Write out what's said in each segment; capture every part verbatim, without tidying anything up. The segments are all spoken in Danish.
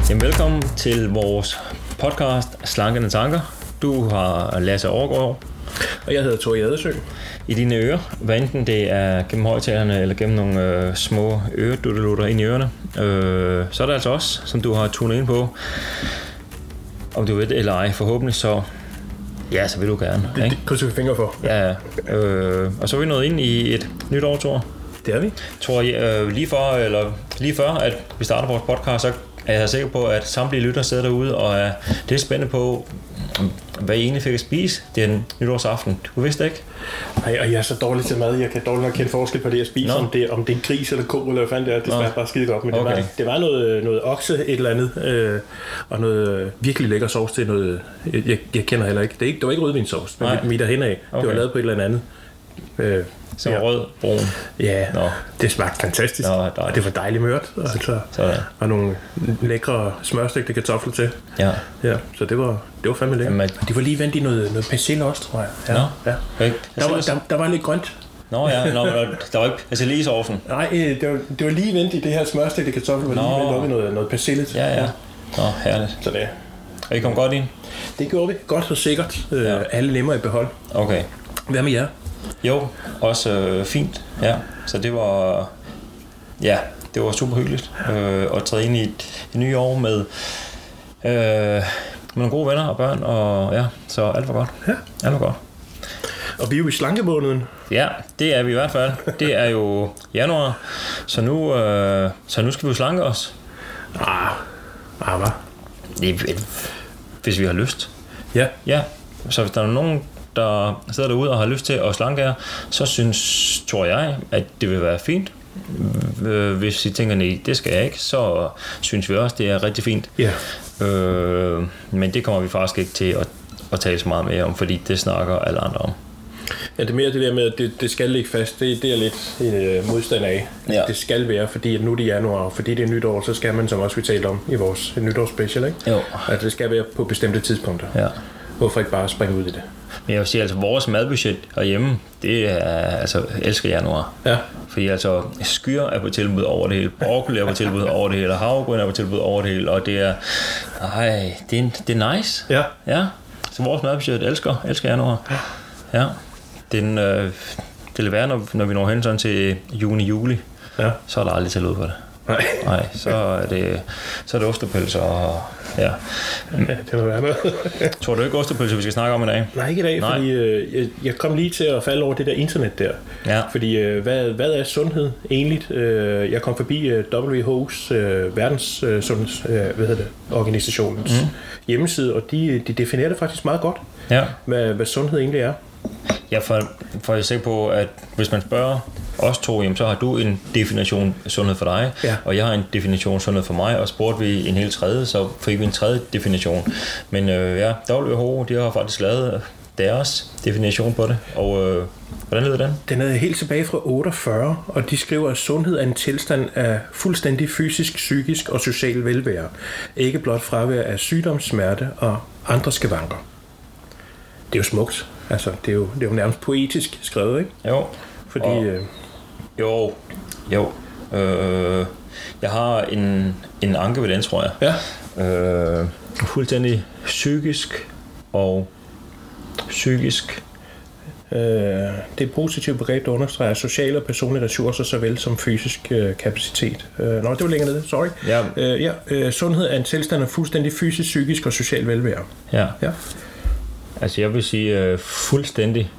Jamen, velkommen til vores podcast Slankende Tanker. Du har Lasse Overgaard. Og jeg hedder Thor Jadersø. I dine ører, hvad enten det er gennem højtalerne eller gennem nogle øh, små øreduttelutter ind i ørerne, øh, så er det altså os, som du har tunet ind på. Om du ved det eller ej, forhåbentlig så, ja, så vil du gerne. Det, det krydser vi fingre for. Ja, øh, og så er vi nået ind i et nyt år, Thor. Det er vi. Thor, øh, lige, for, eller, lige før, at vi starter vores podcast, så er jeg sikker på, at samtlige lytter sidder derude og er lidt spændte på, hvad I egentlig fik at spise den nytårsaften. Du vidste ikke? Nej, og jeg er så dårlig til mad. Jeg kan dårligt nok kende forskel på det, jeg spiser. Om det, om det er en gris eller ko, eller hvad fanden det er. Det smager bare skide godt. Men okay. det, var, det var noget, noget okse, et eller andet. Øh, og noget virkelig lækker sovs til noget. Jeg, jeg kender heller ikke. Det, er ikke, det var ikke rødvinsovs. Det var mit derhen af. Okay. Det var lavet på et eller andet. Øh, Så ja. Rød, brun. Ja, Nå. Det smagte fantastisk. Nå, og det var dejligt mørt. Altså, og nogle lækre smørstegte kartofler til. Ja. Ja, så det var, det var fandme lækkert. Jamen, de var lige vendt i noget, noget persille også, tror jeg. Ja. Nå, ja. Okay. Der, var, der, der var lidt grønt. Nå ja, Nå, der var ikke persillesovsen. Nej, det var, det var lige vendt i det her smørstegte kartofler, var lige vendt op i noget, noget persille til. Ja, ja. Nå, herligt. Så det. Og I kom godt ind? Det gjorde vi. Godt og sikkert. Ja. Alle lemmer i behold. Okay. Hvad med jer? Jo, også øh, fint. Ja, så det var ja, det var super hyggeligt øh, at træde ind i et, et nye år med øh, med nogle gode venner og børn og ja, så alt var godt. Ja, alt var godt. Og vi er jo i slankemåneden. Ja, det er vi i hvert fald. Det er jo januar, så nu øh, så nu skal vi jo slanke os. Ah, ah hvad? Hvis vi har lyst. Ja. Ja. Så hvis der er nogen der sidder derude og har lyst til at slanke jer, så synes, tror jeg, at det vil være fint. Hvis I tænker, nej, det skal jeg ikke, så synes vi også, det er rigtig fint. Ja. Øh, men det kommer vi faktisk ikke til at, at tale så meget mere om, fordi det snakker alle andre om. Ja, det er mere det der med, at det, det skal ligge fast. Det, det er lidt øh, modstand af. Ja. Det skal være, fordi at nu er det januar, og fordi det er nytår, så skal man, som også vi talte om i vores nytårsspecial, ikke? Jo. At det skal være på bestemte tidspunkter. Ja. Hvorfor ikke bare springe ud i det? Men jeg vil sige, altså vores madbudget herhjemme, det er, altså, jeg elsker januar. Ja. Fordi altså, skyer er på tilbud over det hele, broccoli er på tilbud over det hele, og havregryn er på tilbud over det hele, og det er, ej, det er, det er nice. Ja. Ja, så vores madbudget elsker, elsker januar. Ja. Den, øh, det vil være, når, når vi når hen sådan til juni-juli, ja. Så er der aldrig til ud på det. Nej. Nej, så er det, så er det ostepølser og ja. Ja, det må være noget. Tror du ikke ostepølser, vi skal snakke om i dag? Nej, ikke i dag, Nej. fordi øh, jeg, jeg kom lige til at falde over det der internet der. Ja. Fordi øh, hvad, hvad er sundhed egentlig? Øh, jeg kom forbi øh, W H O's øh, verdens øh, sundheds, øh, hvad hedder det, organisationens mm. hjemmeside, og de, de definerer det faktisk meget godt, ja. hvad, hvad sundhed egentlig er. Ja, for, for jeg er sikker på, at hvis man spørger os to, jamen, så har du en definition sundhed for dig, ja. Og jeg har en definition sundhed for mig, og spurgte vi en helt tredje, så fik vi en tredje definition. Men øh, ja, W H O, de har faktisk lavet deres definition på det, og øh, hvordan lyder den? Den er helt tilbage fra otteogfyrre, og de skriver, at sundhed er en tilstand af fuldstændig fysisk, psykisk og social velvære. Ikke blot fravær af sygdom, smerte og andre skavanker. Det er jo smukt. Altså, det er jo, det er jo nærmest poetisk skrevet, ikke? Jo. Fordi... Og, øh, jo, jo. Øh, jeg har en, en anke ved den, tror jeg. Ja. Øh, fuldstændig psykisk og psykisk. Øh, det er et positivt begreb, der understreger sociale og personlige ressourcer, såvel som fysisk øh, kapacitet. Øh, nå, det var længere nede, sorry. Ja. Øh, ja, øh, sundhed er en tilstand af fuldstændig fysisk, psykisk og social velvære. Ja. Ja. Altså, jeg vil sige øh, fuldstændig.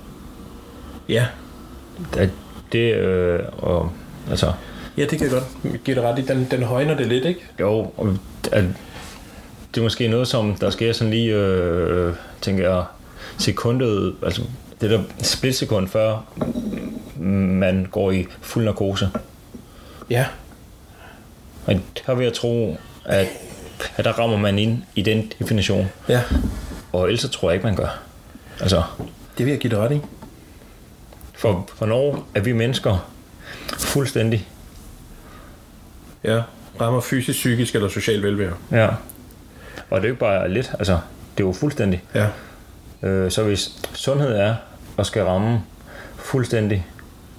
Ja. At det, øh, og, altså... Ja, det kan jeg godt give dig ret i. Den, den højner det lidt, ikke? Jo, og at, det er måske noget, som der sker sådan lige, øh, tænker jeg, sekundet, altså det der splitsekund før man går i fuld narkose. Ja. Og her vil jeg tro, at, at der rammer man ind i den definition. Ja. Og ellers så tror jeg ikke, man gør. Altså... Det vil jeg give dig ret i. For hvornår er vi mennesker fuldstændig? Ja, rammer fysisk, psykisk eller social velvære. Ja. Og det er jo ikke bare lidt, altså det er jo fuldstændig. Ja. Øh, så hvis sundhed er at skal ramme fuldstændig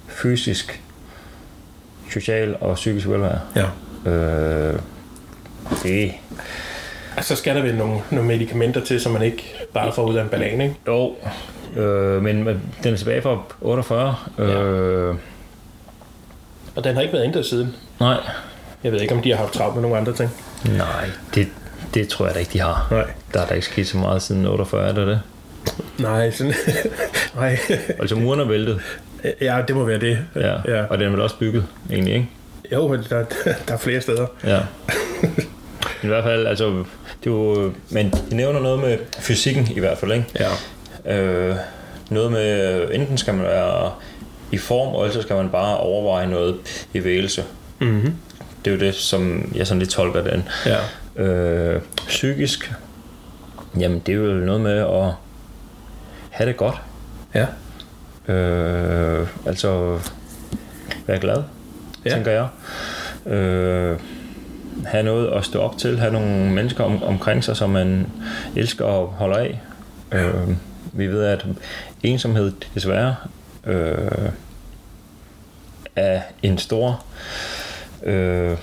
fysisk, social og psykisk velvære, ja. øh, det... Så skal der vel nogle, nogle medicamenter til, så man ikke bare får ud af en banan, ikke? Jo, øh, men den er tilbage fra otteogfyrre. Øh, ja. Og den har ikke været ændret siden. Nej. Jeg ved ikke, om de har haft travlt med nogle andre ting. Nej, det, det tror jeg da ikke, de har. Nej. Der er da ikke sket så meget siden otteogfyrre, er der det? Nej, sådan... Nej. Altså muren er væltet. Ja, det må være det. Ja. Ja. Og den er vel også bygget, egentlig, ikke? Jo, men der, der er flere steder. Ja. I hvert fald, altså... Det er jo, men de nævner noget med fysikken, i hvert fald, ikke? Ja. Øh, noget med... Enten skal man være i form, og ellers skal man bare overveje noget i bevægelse. Mhm. Det er jo det, som jeg sådan lidt tolker den. Ja. Øh, psykisk, jamen det er jo noget med at have det godt. Ja. Øh, altså være glad, ja. Tænker jeg. Øh, have noget at stå op til, have nogle mennesker om, omkring sig, som man elsker og holder af. Øh, vi ved, at ensomhed desværre øh, er en stor øh,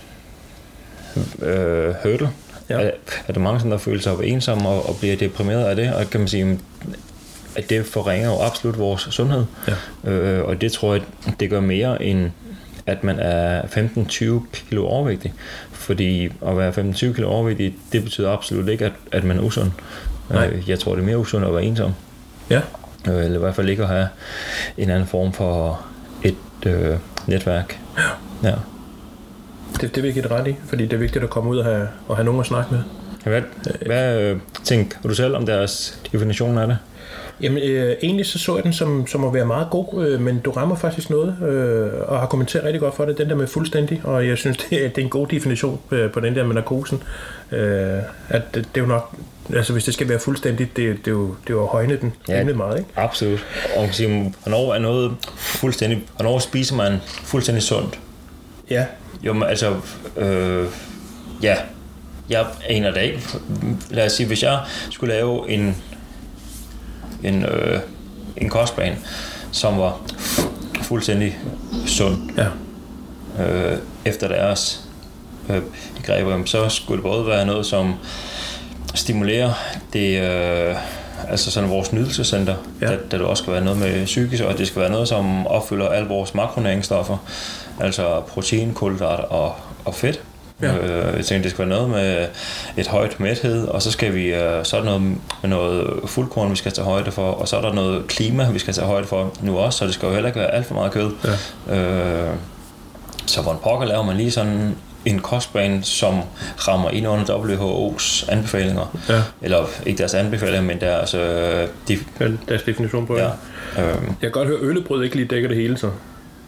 øh, hurdle. Ja. Er, er der mange, der føler sig ensomme og, og bliver deprimeret af det, og kan man sige, at det forringer jo absolut vores sundhed. Ja. Øh, og det tror jeg, det gør mere end at man er femten til tyve kilo overvægtig. Fordi at være femten til tyve kilo overvægtig, det betyder absolut ikke, at, at man er usund. Øh, jeg tror, det er mere usund at være ensom. Ja. Øh, eller i hvert fald ikke at have en anden form for et øh, netværk. Ja. Ja. Det, det vil jeg give det ret i, fordi det er vigtigt at komme ud og have, og have nogen at snakke med. Hvad, hvad øh, tænker du selv om deres definition af det? Jamen, øh, egentlig så så jeg den som, som at være meget god, øh, men du rammer faktisk noget, øh, og har kommenteret rigtig godt for det, den der med fuldstændig, og jeg synes, det er, det er en god definition øh, på den der med narkosen. Øh, at det, det er jo nok, altså hvis det skal være fuldstændigt, det, det, er, jo, det er jo at højne den rimelig meget, ikke? Absolut. Og man kan sige, hvornår er noget fuldstændig, hvornår spiser man fuldstændig sundt? Ja. Jo, men altså, øh, ja, jeg aner det ikke. Lad os sige, hvis jeg skulle lave en en, øh, en kostplan, som var fuldstændig sund, ja. øh, efter deres øh, begreber, så skulle det både være noget, som stimulerer det, øh, altså sådan vores nydelsescenter, ja. der, der det også skal være noget med psykisk, og det skal være noget, som opfylder alle vores makronæringsstoffer, altså protein, kulhydrat og, og fedt. Ja. Øh, jeg tænker, det skal være noget med et højt mæthed, og så skal vi øh, så er der noget med noget fuldkorn, vi skal tage højde for, og så er der noget klima, vi skal tage højde for nu også, så det skal jo heller ikke være alt for meget kød. Ja. Øh, så hvordan pokker laver man lige sådan en kostplan, som rammer ind under W H O's anbefalinger, ja. Eller ikke deres anbefalinger, men deres øh, def- deres definition på det. Ja. Øh, jeg kan godt høre, øllebrød ikke lige dækker det hele, så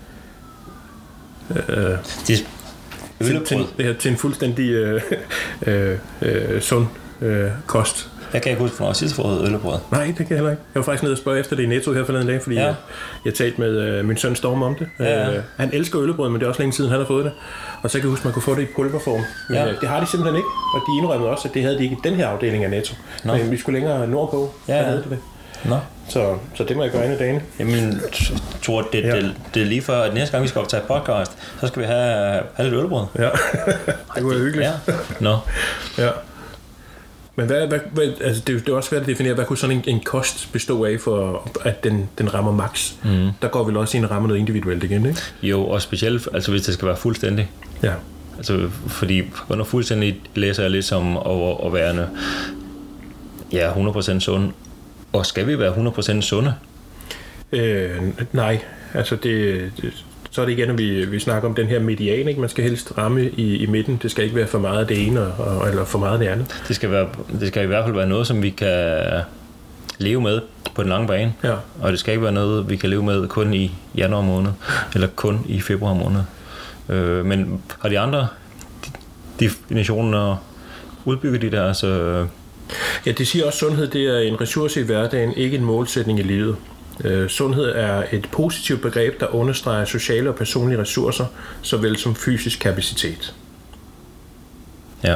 øh, det Til, til, det her, til en fuldstændig øh, øh, øh, sund øh, kost. Jeg kan ikke huske, hvornår jeg sidst fået øllebrød. Nej, det kan jeg heller ikke. Jeg var faktisk nede og spørge efter det i Netto her forleden dag, fordi ja. jeg, jeg talte med øh, min søn Storm om det. Ja, ja. Øh, han elsker øllebrød, men det er også længe siden, han har fået det. Og så kan jeg huske, man kunne få det i pulverform. Men ja. øh, det har de simpelthen ikke. Og de indrømmede også, at det havde de ikke i den her afdeling af Netto. No. Men vi skulle længere nordpå, ja, der havde de det. No. Så, så det må jeg gøre en af dagene. Jamen, Thor, det, ja. det, det er lige før, at næste gang vi skal optage podcast, så skal vi have, have lidt øllebrød. Ja, det var hyggeligt. Ja. Nå. Ja. Men hvad, hvad, hvad, altså det, det er også svært at definere, hvad kunne sådan en, en kost bestå af, for at den, den rammer max? Mm. Der går vel også i en ramme noget individuelt igen, ikke? Jo, og specielt, altså hvis det skal være fuldstændig. Ja. Altså, fordi under fuldstændig læser jeg lidt som at, at være ja, hundrede procent sund. Og skal vi være hundrede procent sunde? Øh, nej, altså det, det, så er det igen, når vi, vi snakker om den her median, ikke? Man skal helst ramme i, i midten. Det skal ikke være for meget af det ene, og, eller for meget af det andet. Det skal, være, det skal i hvert fald være noget, som vi kan leve med på den lange bane. Ja. Og det skal ikke være noget, vi kan leve med kun i januar måned, eller kun i februar måned. Øh, men har de andre definitioner udbygget de deres... Øh, Ja, det siger også, at sundhed det er en ressource i hverdagen, ikke en målsætning i livet. Øh, sundhed er et positivt begreb, der understreger sociale og personlige ressourcer, såvel som fysisk kapacitet. Ja.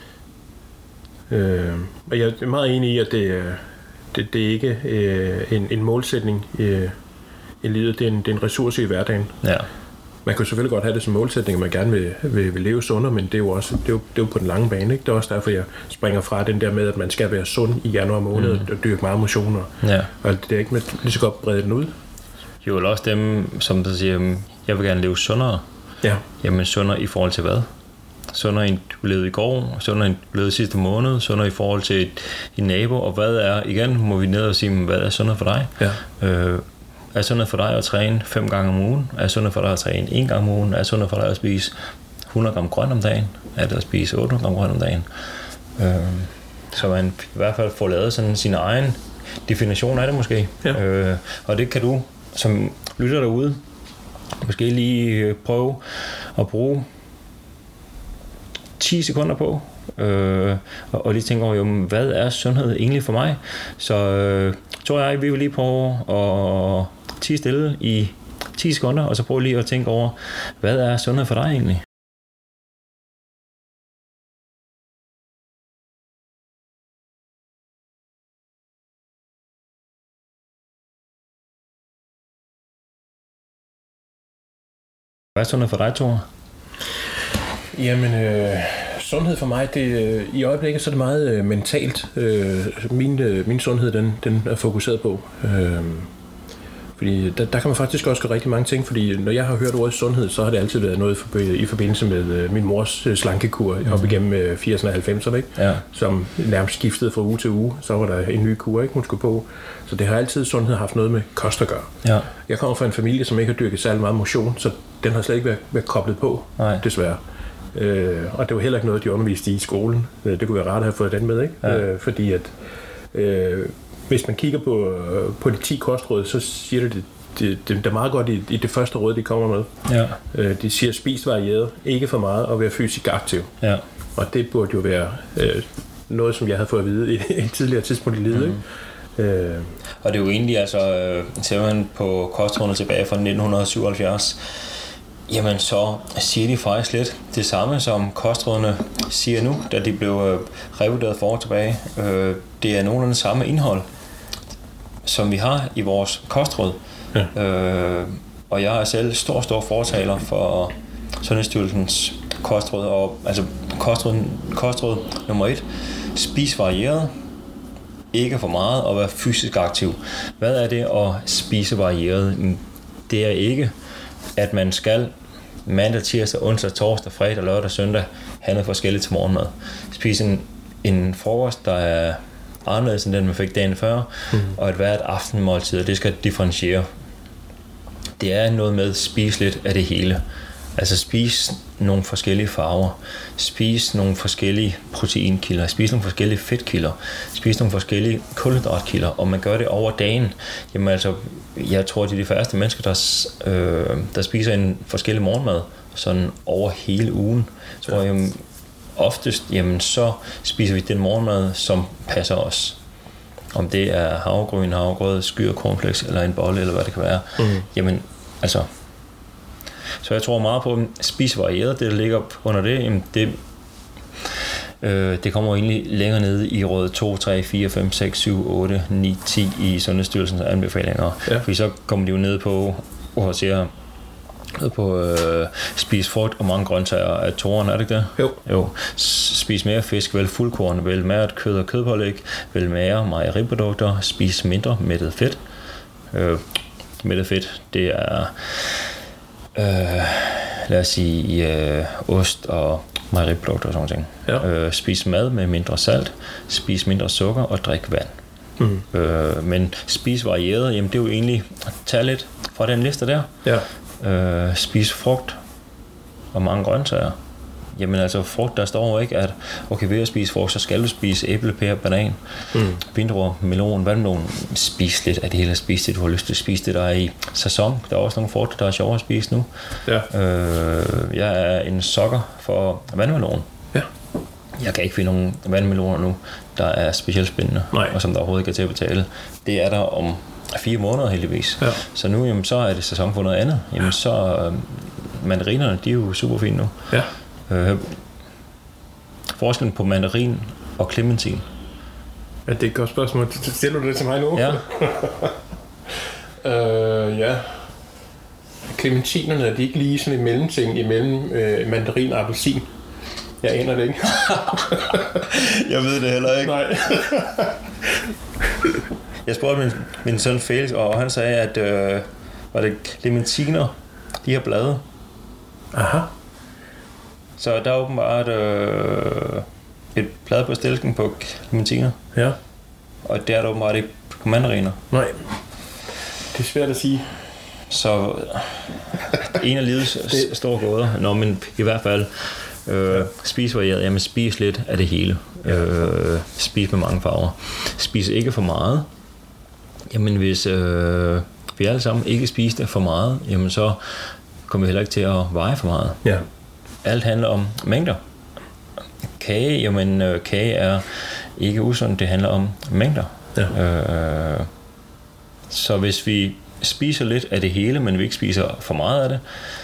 Øh, og jeg er meget enig i, at det, det, det er ikke øh, en, en målsætning øh, i livet, det er en, det er en ressource i hverdagen. Ja. man kan selvfølgelig godt have det som målsætning, at man gerne vil, vil, vil leve sundere, men det er jo også det er jo, det er jo på den lange bane. Ikke? Det er også derfor, jeg springer fra den der med, at man skal være sund i januar måned mm. og dyrke meget motion. Og, ja. og det er ikke med lige så godt brede den ud. Jo, eller også dem, som der siger, jeg vil gerne leve sundere. Ja. Jamen sundere i forhold til hvad? Sundere end du levede i går, sundere end du levede sidste måned, sundere i forhold til din nabo, og hvad er, igen må vi ned og sige, hvad er sundere for dig? Ja. Øh, er sundere for dig at træne fem gange om ugen? Er sundere for dig at træne en gang om ugen? Er sundere for dig at spise hundrede gram grønt om dagen? Er det at spise otte hundrede gram grønt om dagen? Øh, så man i hvert fald får lavet sådan sin egen definition af det måske. Ja. Øh, og det kan du, som lytter derude, måske lige prøve at bruge ti sekunder på, øh, og, og lige tænke over, jo, hvad er sundhed egentlig for mig? Så øh, tror jeg, vi vil lige prøve at tie stille i ti sekunder, og så prøve lige at tænke over, hvad er sundhed for dig egentlig? Hvad er sundhed for dig, Thor? Jamen, øh, sundhed for mig, det, øh, i øjeblikket så er det meget øh, mentalt. Øh, min, øh, min sundhed, den, den er fokuseret på. Øh, fordi der, der kan man faktisk også gøre rigtig mange ting, fordi når jeg har hørt ordet sundhed, så har det altid været noget i forbindelse med øh, min mors øh, slankekur mm. op igennem øh, firserne og halvfemserne, ikke? Ja. Som nærmest skiftede fra uge til uge. Så var der en ny kur, ikke, hun skulle på. Så det har altid sundhed haft noget med kost at gøre. Ja. Jeg kommer fra en familie, som ikke har dyrket særlig meget motion, så den har slet ikke været, været koblet på, Nej. desværre. Øh, og det var heller ikke noget, de underviste i i skolen. Øh, det kunne være rart at have fået den med, ikke? Ja. Øh, fordi at øh, hvis man kigger på, øh, på de ti kostråd, så siger det, det, det, det er meget godt i, i det første råd, de kommer med. Ja. Øh, de siger, spis varieret, ikke for meget, og være fysisk aktiv. Ja. Og det burde jo være øh, noget, som jeg havde fået at vide i et tidligere tidspunkt i livet, mm. ikke? Øh. Og det er jo egentlig, altså, øh, ser man på kostrådene tilbage fra nitten syvoghalvfjerds, jamen så siger de faktisk lidt det samme, som kostrådene siger nu, da de blev øh, revurderet for år tilbage. Øh, det er nogenlunde samme indhold, som vi har i vores kostråd. Ja. Øh, og jeg er selv stor, stor fortaler for Sundhedsstyrelsens kostråd, og altså kostråd, kostråd nummer et, spis varieret, ikke for meget, og være fysisk aktiv. Hvad er det at spise varieret? Det er ikke, at man skal mandag, tirsdag, onsdag, torsdag, fredag, lørdag, søndag have noget forskelligt til morgenmad. Spise en, en frokost, der er anderledes end den, man fik dagen før, mm. og et hvert aftenmåltid, og det skal differentiere. Det er noget med at spise lidt af det hele. Altså spise nogle forskellige farver, spise nogle forskellige proteinkilder, spise nogle forskellige fedtkilder, spise nogle forskellige kulhydratkilder, og man gør det over dagen. Jamen altså, jeg tror, det er de færreste mennesker, der, øh, der spiser en forskellig morgenmad, sådan over hele ugen. Så tror jeg, oftest, jamen så spiser vi den morgenmad, som passer os. Om det er havregryn, havregrød, skyr, cornflakes, eller en bolle, eller hvad det kan være. Mm. Jamen, altså... Så jeg tror meget på at spise varieret, det der ligger under det, jamen det, øh, det kommer egentlig længere ned i råd to, tre, fire, fem, seks, syv, otte, ni, ti i Sundhedsstyrelsens anbefalinger. Ja. Fordi så kommer de jo ned på, og siger, ned på øh, spis frugt og mange grøntsager af toren, er det ikke det? Jo. jo. Spis mere fisk, vel fuldkorn, vel mæret kød og kødpålæg, vel mere mejeriprodukter, spis mindre mættet fedt. Øh, mættet fedt, det er... Øh, lad os sige øh, ost og mejeriprodukter og sådan ting. Ja. Øh, spis mad med mindre salt, spis mindre sukker og drik vand. Mm. Øh, men spis varieret, jamen det er jo egentlig at tage lidt fra den liste der. Ja. Øh, spis frugt og mange grøntsager. Jamen altså frugt, der står ikke, at okay, ved at spise frugt, så skal du spise æble, pære, banan, mm. vindruer, melon, vandmelon. Spis lidt af det hele, spis det, du har lyst til at spise det, der er i sæson. Der er også nogle frugter, der er sjovere at spise nu. Ja. Øh, jeg er en sokker for vandmelon. Ja. Jeg kan ikke finde nogen vandmeloner nu, der er specielt spændende, Nej. og som der overhovedet ikke er til at betale. Det er der om fire måneder heldigvis. Ja. Så nu jamen, så er det sæson for noget andet. Jamen, så øh, mandarinerne, de er jo super fine nu. Ja. Øh, forskellen på mandarin og clementin. Ja, det er et godt spørgsmål. Stiller du det til mig nu? Ja. øh, ja. clementinerne, er de ikke lige sådan en mellemting imellem øh, mandarin og appelsin? Jeg aner det ikke. Jeg ved det heller ikke. Nej. Jeg spurgte min, min søn Felix, og han sagde, at øh, var det clementiner, de her blade. Aha. Så der er åbenbart øh, et blad på stilken på clementiner. Ja. Og der er der åbenbart ikke på mandariner. Nej. Det er svært at sige. Så en af livets det... store gåder. Nå, men i hvert fald øh, spis varieret. Jamen spis lidt af det hele. Øh, spis med mange farver. Spis ikke for meget. Jamen hvis øh, vi alle sammen ikke spiser for meget, jamen så kommer vi heller ikke til at veje for meget. Ja. Alt handler om mængder. Kage, jamen øh, kage er ikke usundt, det handler om mængder. Ja. Øh, så hvis vi spiser lidt af det hele, men vi ikke spiser for meget af det,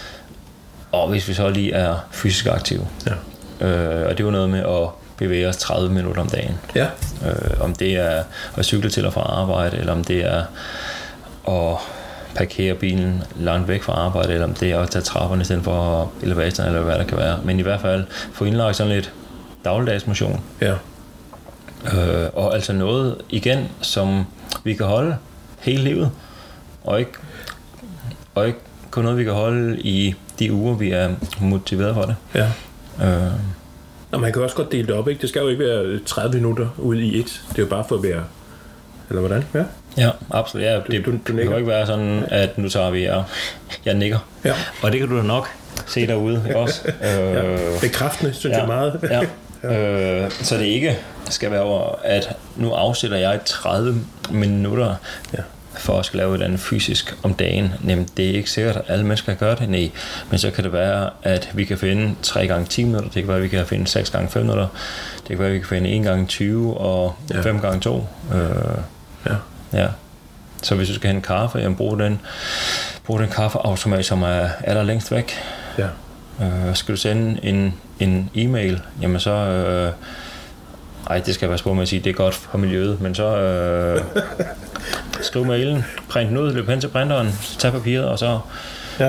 og hvis vi så lige er fysisk aktive, ja. øh, og det er jo noget med at bevæge os tredive minutter om dagen. Ja. Øh, om det er at cykle til og fra arbejde, eller om det er at parkere bilen langt væk fra arbejde, eller om det er at tage trapperne i stedet for elevatoren, eller hvad der kan være. Men i hvert fald få indlagt sådan lidt dagligdags motion. Ja. Øh, og altså noget, igen, som vi kan holde hele livet, og ikke, og ikke kun noget, vi kan holde i de uger, vi er motiveret for det. Ja. Øh, Og man kan også godt dele det op, ikke? Det skal jo ikke være tredive minutter ude i et. Det er jo bare for at være... Eller hvordan? Ja, ja absolut. Ja, det, du, du, du det kan jo ikke være sådan, at nu tager vi... Ja, jeg nikker. Ja. Og det kan du da nok se derude også. Ja. Bekræftende, synes ja. jeg meget. Ja. Ja. Øh, så det ikke skal være over, at nu afsætter jeg tredive minutter... Ja. for at skal lave et eller andet fysisk om dagen. Jamen, det er ikke sikkert, at alle mennesker kan gøre det, nej. Men så kan det være, at vi kan finde tre gange ti minutter, det kan være, at vi kan finde seks gange fem minutter, det kan være, at vi kan finde en gange tyve og ja. fem gange to. Øh, ja. ja. Så hvis du skal have en kaffe, jamen, brug den, brug den kaffeautomat, som er allerlængst væk. Ja. Øh, skal du sende en, en e-mail, jamen så... Øh, ej, det skal jeg være spurgt med at sige, det er godt for miljøet, men så øh, skriv mailen, print den ud, løb hen til printeren, tag papiret, og så ja.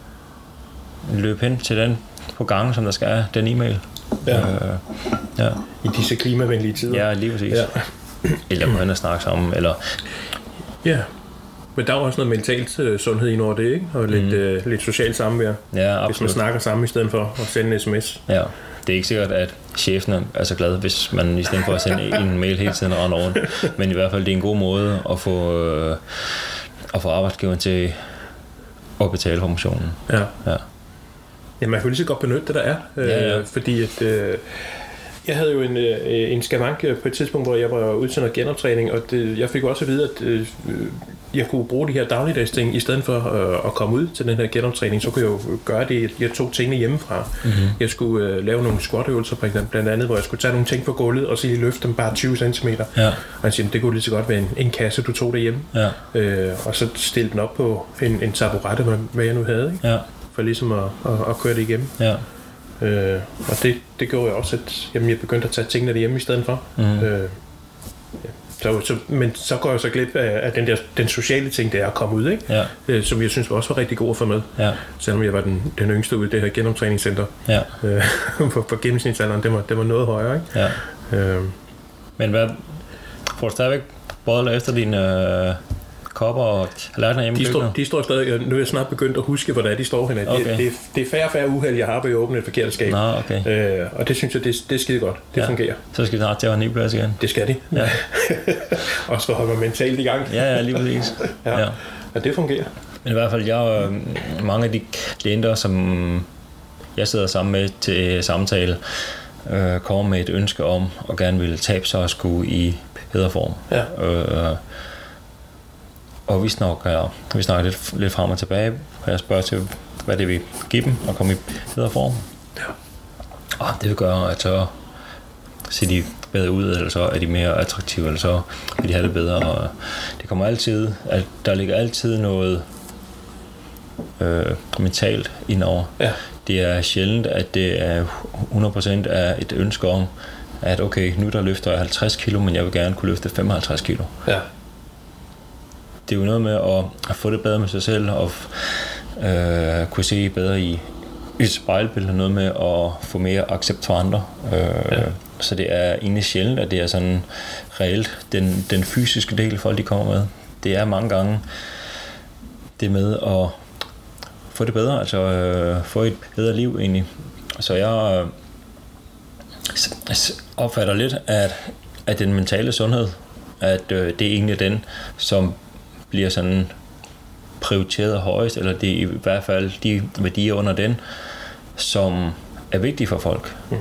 løb hen til den på gangen, som der skal have, den e-mail. Ja. Øh, ja. I disse klimavenlige tider. Ja, lige præcis. Ja. Eller gå hen og snakke sammen, eller... Ja, men der er også noget mentalt uh, sundhed ind over det, ikke? Og lidt, mm. uh, lidt socialt samvær. Ja, absolut. Hvis man snakker sammen i stedet for at sende en sms. Ja. Det er ikke sikkert, at chefen er så glad, hvis man i stedet for at sende en mail hele tiden render rundt. Men i hvert fald, det er en god måde at få, øh, at få arbejdsgiveren til at betale for motionen. Ja. Ja. Ja, man kan jo lige så godt benytte det, der er. Øh, ja, ja. Fordi at... Øh, jeg havde jo en, øh, en skavank på et tidspunkt, hvor jeg var ude til noget genoptræning, og det, jeg fik også at vide, at øh, jeg kunne bruge de her dagligdags ting, i stedet for øh, at komme ud til den her genoptræning, så kunne jeg jo gøre det, jeg tog tingene hjemmefra. Mm-hmm. Jeg skulle øh, lave nogle squat-øvelser, blandt andet, hvor jeg skulle tage nogle ting på gulvet, og så lige løfte dem bare tyve centimeter. Ja. Og han siger, det kunne lige så godt være en, en kasse, du tog derhjemme. Ja. Øh, og så stille den op på en, en taburette, hvad jeg nu havde, ikke? Ja. For ligesom at, at, at køre det igennem. Ja. Øh, og det, det gjorde jeg også, at jamen, jeg begyndte at tage tingene derhjemme i stedet for. Mm. Øh, ja. så, så, men så går jeg så glip af, af den, der, den sociale ting, det er at komme ud, ikke? Ja. Øh, som jeg synes også var rigtig god at få med. Ja. Selvom jeg var den, den yngste ude i det her genoptræningscenter. Ja. Øh, for, for gennemsnitsalderen, det var, det var noget højere, ikke? Ja. Øh. Men hvad, får du stadigvæk boller efter dine... Øh kopper og tallerkener hjemme i køkkenet? De står stadig. Nu er jeg snart begyndt at huske, hvordan de står henne. Okay. Det, det, det er færre og færre uheld, jeg har ved at åbne et forkert skab. Nå, okay. øh, og det synes jeg, det, det er skide godt. Det ja. fungerer. Så skal vi snart til at have en ny plads igen. Det skal de. Ja. Også for at holde mig mentalt i gang. Ja, ja, lige præcis. ja. Ja. Og det fungerer. Men i hvert fald, jeg øh, mange af de klienter, som jeg sidder sammen med til samtale, øh, kommer med et ønske om at gerne ville tabe sig og skulle i bedre form. Ja. Øh, Og vi snakker, vi snakker lidt, lidt frem og tilbage, og jeg spørger til, hvad det vil give dem at komme i bedre form. Ja. Og det vil gøre, at så ser de bedre ud, eller så er de mere attraktive, eller så vil de have det bedre. Og det kommer altid, at der ligger altid noget øh, mentalt indover. Ja. Det er sjældent, at det er hundrede procent af et ønske om, at okay, nu der løfter jeg halvtreds kilo, men jeg vil gerne kunne løfte femoghalvtreds kilo. Ja. Det er jo noget med at få det bedre med sig selv, og, øh, kunne se bedre i et spejlbillede, noget med at få mere accept for andre. Øh, ja. Så det er egentlig sjældent, at det er sådan reelt den, den fysiske del, folk de kommer med. Det er mange gange det med at få det bedre, altså øh, få et bedre liv egentlig. Så jeg øh, opfatter lidt, at, at den mentale sundhed, at øh, det er egentlig den, som bliver sådan prioriteret højest, eller det er i hvert fald de værdier under den, som er vigtige for folk. Mm.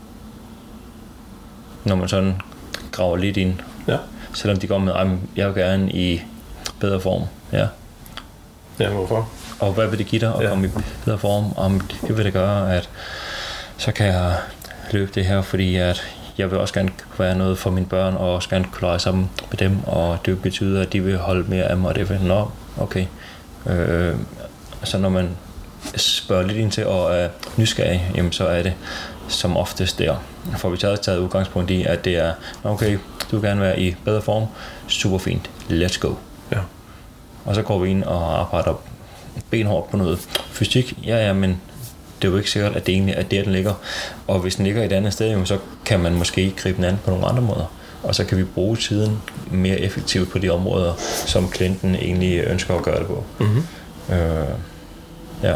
Når man sådan graver lidt ind. Ja. Selvom de går med, at jeg vil gerne i bedre form. Ja. Ja, hvorfor? Og hvad vil det give dig at ja. komme i bedre form? Om det vil det gøre, at så kan jeg løbe det her, fordi at jeg vil også gerne være noget for mine børn, og også gerne kunne lege sammen med dem, og det betyder, at de vil holde mere af mig, og det vil nå, okay. Øh, så når man spørger lidt ind til og er nysgerrig, jamen så er det som oftest der. For vi tager taget udgangspunkt i, at det er, okay, du vil gerne være i bedre form, super fint, let's go. Ja. Og så går vi ind og arbejder benhårdt på noget fysik. Ja, ja, men det er jo ikke sikkert, at det egentlig er der, den ligger. Og hvis den ligger et andet sted, så kan man måske gribe den an på nogle andre måder. Og så kan vi bruge tiden mere effektivt på de områder, som klienten egentlig ønsker at gøre det på. Mm-hmm. Øh, ja.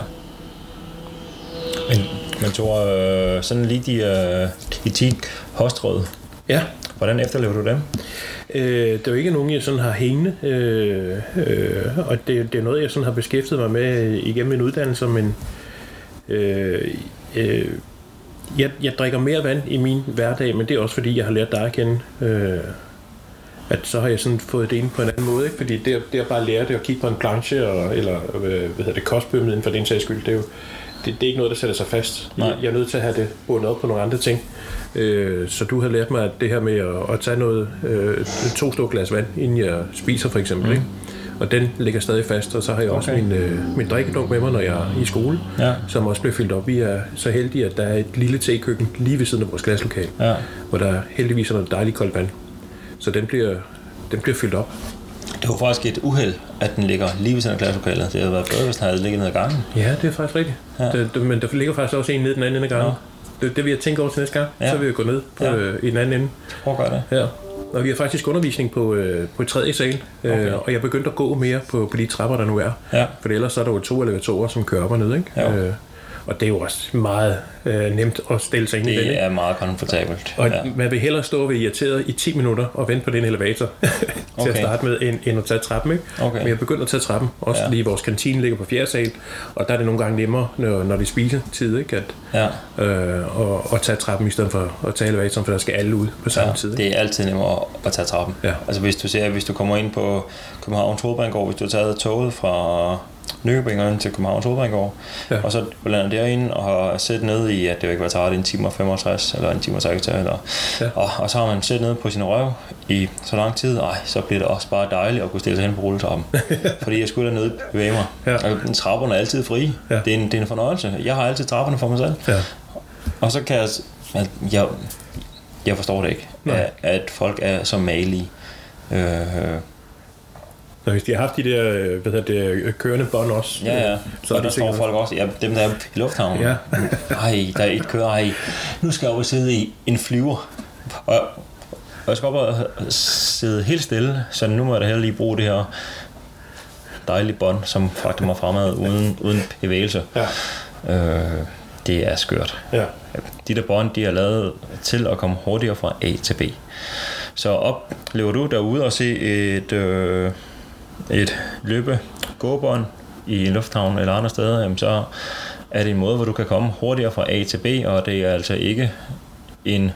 Men man tror øh, sådan lige de, øh, de ti kostråd. Ja. Hvordan efterlever du dem? Øh, det er jo ikke nogen, jeg sådan har hængende, øh, øh, og det, det er noget, jeg sådan har beskæftiget mig med igennem en uddannelse, men øh, øh, jeg, jeg drikker mere vand i min hverdag, men det er også fordi, jeg har lært dig at kende, øh, at så har jeg sådan fået det ind på en anden måde, ikke? Fordi det, det at bare lære det at kigge på en planche, og, eller hvad hedder det, kostpyramiden for den sags skyld, det er jo det, det er ikke noget, der sætter sig fast. Jeg, jeg er nødt til at have det bundet op på nogle andre ting. Øh, så du har lært mig at det her med at, at tage noget, øh, to store glas vand, inden jeg spiser for eksempel, mm. ikke? Og den ligger stadig fast, og så har jeg okay. også min, øh, min drikkedunk med mig, når jeg er i skole, ja. Som også bliver fyldt op. Vi er så heldige, at der er et lille tekøkken lige ved siden af vores klaslokale, ja. Hvor der heldigvis er noget dejligt koldt vand. Så den bliver, den bliver fyldt op. Det var faktisk et uheld, at den ligger lige ved siden af klasselokalet. Det havde været bedre, hvis den havde ligget ned ad gangen. Ja, det er faktisk rigtigt. Ja. Det, det, men der ligger faktisk også en ned den anden ende af gangen. Ja. Det, det vil jeg tænke over til næste gang. Ja. Så vil jeg gå ned på, ja. øh, i den anden ende. Prøv at gøre det. Ja. Og vi har faktisk undervisning på, øh, på tredje sal, øh, okay. Og jeg begyndte at gå mere på, på de trapper, der nu er. Ja. For ellers så er der jo to elevatorer, som kører op og ned, ikke? Ja. Øh, og det er jo også meget øh, nemt at stille sig ind det i den. Det er meget komfortabelt. Og ja. Man vil hellere stå og være irriteret i ti minutter og vente på den elevator til okay. at starte med, end, end at tage trappen. Ikke? Okay. Men jeg begynder at tage trappen, også ja. Fordi vores kantine ligger på fjerde sal, og der er det nogle gange nemmere, når, når vi spiser tid, ikke? At, ja. øh, og, og tage trappen i stedet for at tage elevatoren, for der skal alle ud på samme ja. Tid. Ikke? Det er altid nemmere at tage trappen. Ja. Altså hvis du ser, hvis du kommer ind på Københavns Hovedbanegård, hvis du har taget toget fra Nykøbing til Københavns Hovedbanegård, ja. Og så lander derinde og har siddet ned i, at det jo ikke var taget en time og femogtres eller en time og seks, eller, ja. og, og så har man siddet nede på sin røv i så lang tid, ej, så bliver det også bare dejligt at kunne stille sig hen på rulletrappen. Fordi jeg skulle dernede bevæge mig. Ja. Og trapperne er altid frie. Ja. Det, er en, det er en fornøjelse. Jeg har altid trapperne for mig selv. Ja. Og så kan jeg, jeg, jeg forstår det ikke, at, at folk er så malige. Øh, Så hvis de har haft de der, hvad hedder det, kørende bånd også. Ja, ja. Så og der står folk også, ja, dem der er i lufthavnen. Ja. Ej, der er et kører, ej, nu skal jeg op og sidde i en flyver. Og, og jeg skal op og sidde helt stille, så nu må jeg da heller lige bruge det her dejlige bånd, som fragter mig fremad uden, uden bevægelse. Ja. Øh, det er skørt. Ja. De der bånd, de er lavet til at komme hurtigere fra A til B. Så oplever du derude og se et... Øh, et løbe gåbånd i en lufthavn eller andre steder, jamen så er det en måde, hvor du kan komme hurtigere fra A til B, og det er altså ikke en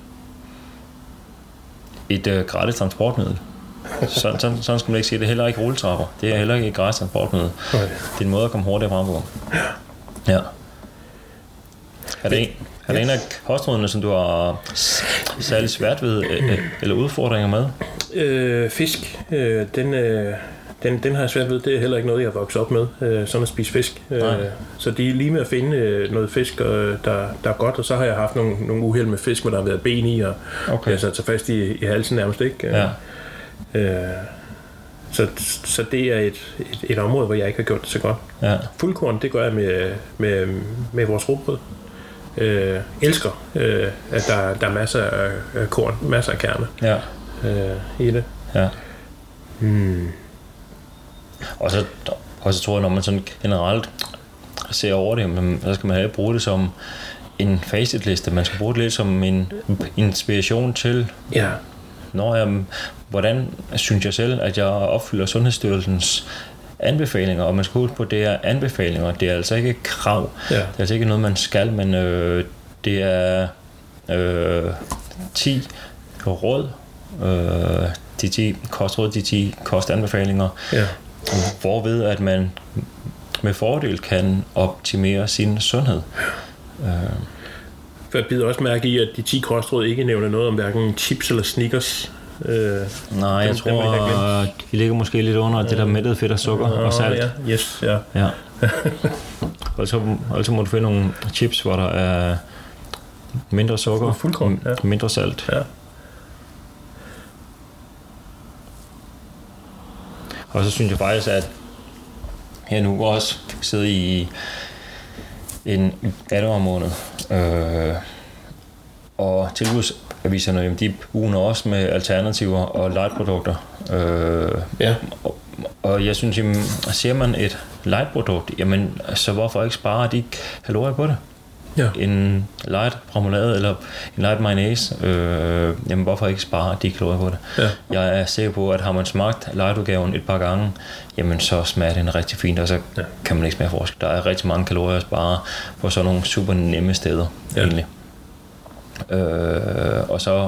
et uh, gratis transportmiddel. Sådan, sådan, sådan skal man ikke sige. Det er heller ikke rulletrapper. Det er heller ikke et gratis transportmiddel. Det er en måde at komme hurtigere frem på. Ja. Er det en, er det en af kostrådene, som du har særlig svært ved, eller udfordringer med? Øh, fisk. Øh, den... Øh Den, den har jeg svært ved. Det er heller ikke noget, jeg har vokset op med, øh, sådan at spise fisk. Øh, så det er lige med at finde øh, noget fisk, øh, der, der er godt, og så har jeg haft nogle, nogle uheld med fisk, hvor der har været ben i, og okay. Jeg har sat sig fast i, i halsen nærmest, ikke? Ja. Øh, Så, så det er et, et, et område, hvor jeg ikke har gjort det så godt. Ja. Fuldkorn, det gør jeg med, med, med vores rugbrød. Øh, elsker, øh, at der, der er masser af, af korn, masser af kerne ja. øh, i det. Ja. Hmm. Og så, og så tror jeg, når man sådan generelt ser over det, så skal man have bruge det som en facitliste. Man skal bruge det lidt som en inspiration til, ja. når jeg, hvordan synes jeg selv, at jeg opfylder Sundhedsstyrelsens anbefalinger, og man skal huske på, det er anbefalinger, det er altså ikke krav. Ja. Det er altså ikke noget, man skal, men øh, det er øh, ti råd, øh, de ti kostråd, de ti kostanbefalinger, ja. hvorved at man med fordel kan optimere sin sundhed. Øh. For jeg bider også mærke i, at de ti kostråd ikke nævner noget om hverken chips eller Snickers. Øh, Nej, jeg dem, tror, dem de ligger måske lidt under øh, det der mættede fedt og sukker øh, og salt. Ja, yes, ja. ja. og så altså må du finde nogle chips, hvor der er mindre sukker, fuldkorn, ja. mindre salt. Ja. Og så synes jeg faktisk, at her nu også sidder i en januar måned, øh, og tilbudsaviserne, de uger også med alternativer og light-produkter. Øh, ja. og, og jeg synes, jamen, ser man et light-produkt, jamen, så hvorfor ikke spare de kalorier på det? Ja. En light remoulade eller en light mayonnaise, øh, jamen hvorfor ikke spare de kalorier på det? Ja. Jeg er sikker på, at har man smagt light-udgaven et par gange, jamen så smager den rigtig fint, og så ja. kan man ikke smage forskel. Der er rigtig mange kalorier at spare på sådan nogle super nemme steder, ja. egentlig. Øh, og så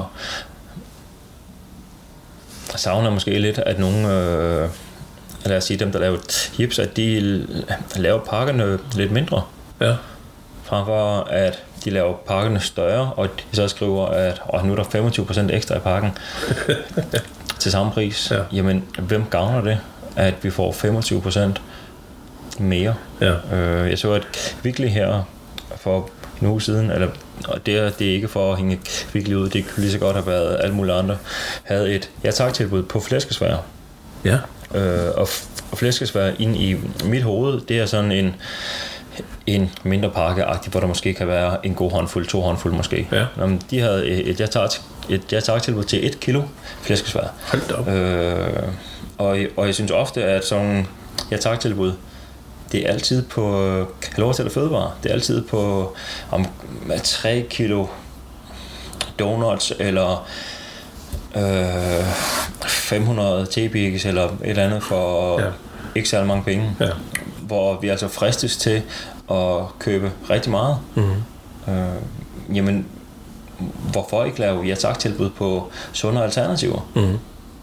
savner jeg måske lidt, at nogle, øh, lad os sige dem, der laver chips, at de laver pakkerne lidt mindre. Ja. Fremfor at de laver pakkerne større, og de så skriver, at åh, nu er der femogtyve procent ekstra i pakken til samme pris. Ja. Jamen, hvem gavner det, at vi får femogtyve procent mere? Ja. Øh, jeg så et virkelig her for en uge siden, eller, og det er, det er ikke for at hænge virkelig ud, det kunne lige så godt have været alle mulige andre, havde et ja tak tilbud på flæskesvær. Ja. Øh, og, og flæskesvær ind i mit hoved, det er sådan en en mindre pakke-agtig, hvor der måske kan være en god håndfuld, to håndfuld måske. Ja. Jamen, de havde et jeg tager et jeg tager tilbud til et kilo flæskesvær. Hold da op. Øh, og, og jeg synes ofte, at sådan jeg tager tilbud, det er altid på kalorier fødevarer. Det er altid på om tre kilo donuts eller øh, fem hundrede tebigs eller et eller andet for ja. ikke særlig mange penge. Ja. Hvor vi altså fristes til at købe rigtig meget. Mm-hmm. Øh, jamen, hvorfor ikke lave ja tak tilbud på sundere alternativer? Mm-hmm.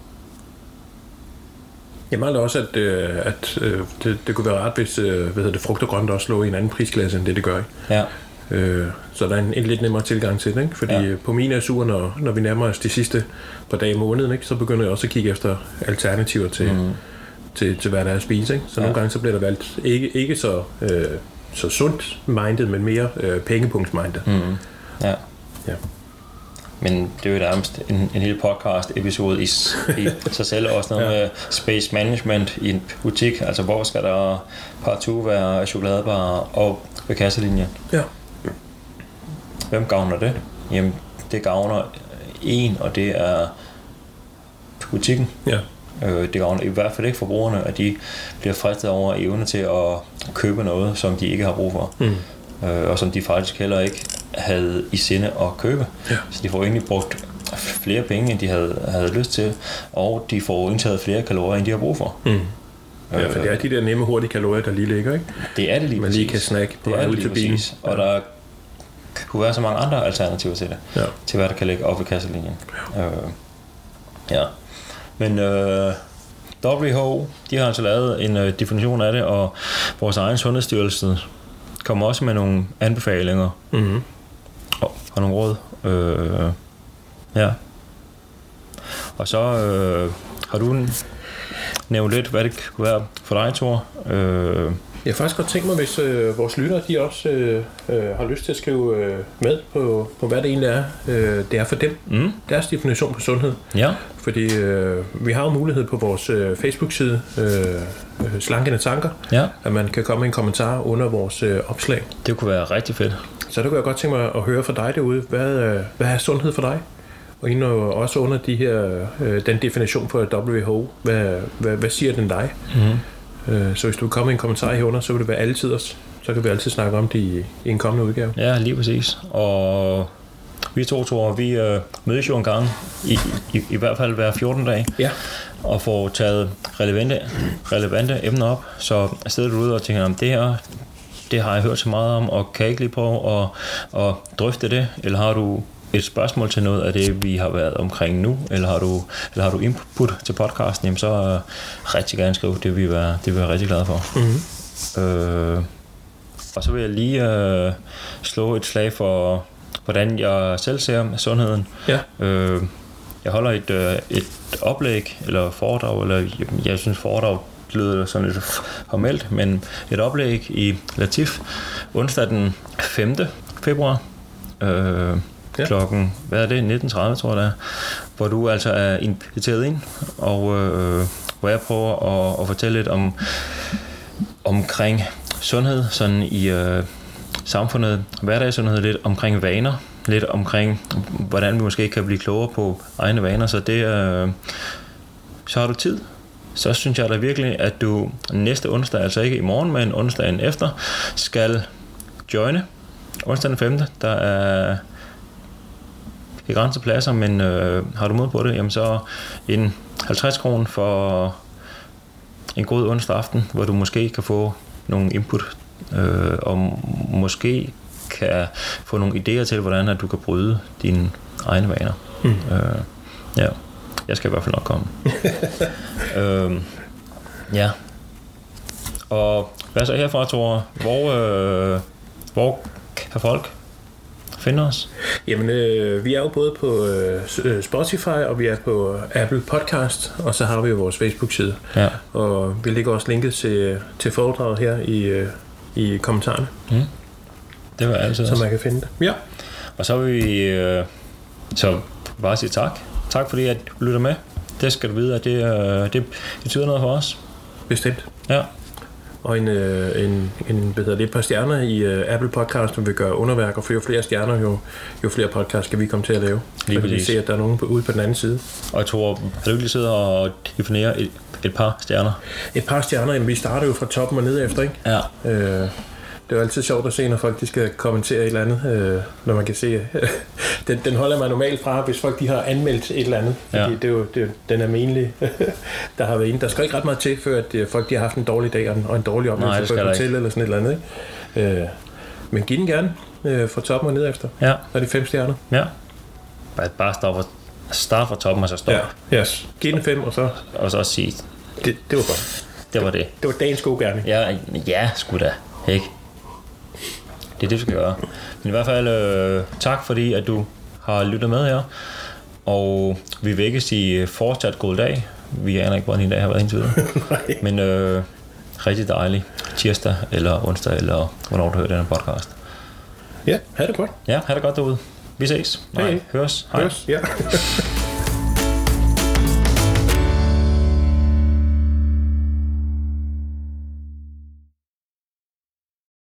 Jeg mener også, at, øh, at øh, det, det kunne være rart, hvis øh, hvad hedder det, frugt og grønt også lå i en anden prisklasse, end det det gør. Ikke? Ja. Øh, så der er en, en lidt nemmere tilgang til det. Ikke? Fordi ja. på mine S U'er, når, når vi nærmer os de sidste par dage i måneden, ikke, så begynder jeg også at kigge efter alternativer til... Mm-hmm. Til, til hvad der er at spise, ikke? Så ja. nogle gange så bliver der valgt ikke, ikke så, øh, så sundt minded, men mere øh, pengepunktsmindet. Mm. Ja. Ja. Men det er jo nærmest en, en hel podcast episode i, i sig selv, også noget ja. med space management i en butik, altså hvor skal der partout være chokoladebar og ved kasselinjen. Ja. Hvem gavner det? Jamen, det gavner en, og det er butikken. Ja. Det gavner i hvert fald ikke forbrugerne, at de bliver fristet over evne til at købe noget, som de ikke har brug for. Mm. Og som de faktisk heller ikke havde i sinde at købe. Ja. Så de får egentlig brugt flere penge, end de havde, havde lyst til, og de får indtaget flere kalorier, end de har brug for. Mm. Ja, for det er de der nemme, hurtige kalorier, der lige ligger, ikke? Det er det lige Man præcis. lige kan snakke på vej ud til bilen. Og der kunne være så mange andre alternativer til det. Ja. Til hvad der kan ligge op i kasselinjen. Ja. Øh, ja. Men øh, W H O, de har altså lavet en øh, definition af det, og vores egen Sundhedsstyrelse kommer også med nogle anbefalinger mm-hmm. og, og nogle råd. Øh, ja. Og så øh, har du nævnt lidt, hvad det kunne være for dig, Thor. Øh, Jeg har faktisk godt tænkt mig, hvis øh, vores lyttere de også øh, øh, har lyst til at skrive øh, med på, på, hvad det egentlig er, øh, det er for dem. Mm. Deres definition på sundhed. Ja. Fordi øh, vi har jo mulighed på vores øh, Facebook-side, øh, Slankende Tanker, ja. At man kan komme med en kommentar under vores øh, opslag. Det kunne være rigtig fedt. Så det kunne jeg godt tænke mig at høre fra dig derude. Hvad, øh, hvad er sundhed for dig? Og også under de her, øh, den definition på W H O. Hvad, hvad, hvad siger den dig? Mm. Øh, så hvis du kommer med en kommentar herunder, så vil det være altid os. Så kan vi altid snakke om det i, i en kommende udgave. Ja, lige præcis. Og vi to, tror, vi øh, mødes jo en gang, i, i, i hvert fald hver fjorten dage, ja. Og får taget relevante, relevante emner op. Så sidder du ude og tænker, om det her, det har jeg hørt så meget om, og kan ikke lige prøve at, at drøfte det, eller har du et spørgsmål til noget af det, vi har været omkring nu, eller har du, eller har du input til podcasten, jamen så er rigtig gerne skrive, det vil vi være, det vil være rigtig glad for. Mm-hmm. Øh, og så vil jeg lige øh, slå et slag for, hvordan jeg selv ser sundheden. Ja. Øh, jeg holder et, øh, et oplæg, eller foredrag, eller jeg, jeg synes foredrag lyder sådan lidt formelt, men et oplæg i Latif, onsdag den femte februar, øh, ja. Klokken, hvad er det, nitten tredive tror jeg det er, hvor du altså er inviteret ind, og øh, hvor jeg prøver at, at fortælle lidt om omkring sundhed, sådan i øh, samfundet, hverdagssundhed, lidt omkring vaner, lidt omkring, hvordan vi måske kan blive klogere på egne vaner, så det øh, så har du tid, så synes jeg da virkelig, at du næste onsdag, altså ikke i morgen, men onsdagen efter, skal joine onsdag den femte Der er begrænsede pladser, men øh, har du mod på det, jamen så en halvtreds kroner for en god onsdag aften, hvor du måske kan få nogle input, øh, og måske kan få nogle idéer til, hvordan at du kan bryde dine egne vaner. Mm. Øh, ja, jeg skal i hvert fald nok komme. øh, ja. Og hvad så herfra, Thor? Hvor, øh, hvor kan folk finde os? Jamen, øh, vi er jo både på øh, Spotify, og vi er på Apple Podcast, og så har vi jo vores Facebook-side. Ja. Og vi lægger også linket til, til foredraget her i, øh, i kommentarerne. Mm. Det var altid så man kan finde det. Ja. Og så vil vi øh, så bare sige tak. Tak fordi at du lytter med. Det skal du vide, at det, øh, det betyder noget for os. Bestemt. Ja. Og en, øh, en, en hvad hedder det, et par stjerner i øh, Apple Podcast, som vil gøre underværker, for jo flere stjerner, jo, jo flere podcasts skal vi komme til at lave. Lige så vi ser, at der er nogen på, ude på den anden side. Og jeg tror, har du ikke lige siddet og definere et, et par stjerner? Et par stjerner, jamen vi starter jo fra toppen og ned efter, ikke? Ja. Øh, det er jo altid sjovt at se, når folk de skal kommentere et eller andet, øh, når man kan se, øh, den, den holder man normalt fra, hvis folk de har anmeldt et eller andet, fordi ja. det er jo det, den almindelige, der har været inde. Der skal ikke ret meget til, før at folk de har haft en dårlig dag og en dårlig oplevelse på et hotel eller sådan et eller andet. Ikke? Øh, men giv den gerne øh, fra toppen og ned efter, ja. Så er det fem stjerner. Ja, bare start fra, start fra toppen og så stop. Ja, yes. Giv den fem og så... Og så sige... Det, det var godt. Det var det. Det var dagens gode gerning. Ja, ja sgu da. Ikke? Det er det, vi skal gøre. Men i hvert fald øh, tak, fordi at du har lyttet med her. Og vi vil ikke sige fortsat god dag. Vi aner ikke, hvordan i dag har været indtil videre. Men øh, rigtig dejlig tirsdag eller onsdag, eller hvornår du hører den her podcast. Ja, ha' det godt. Ja, ha' det godt derude. Vi ses. Nej, hey. Høres. Hej. Høres, ja.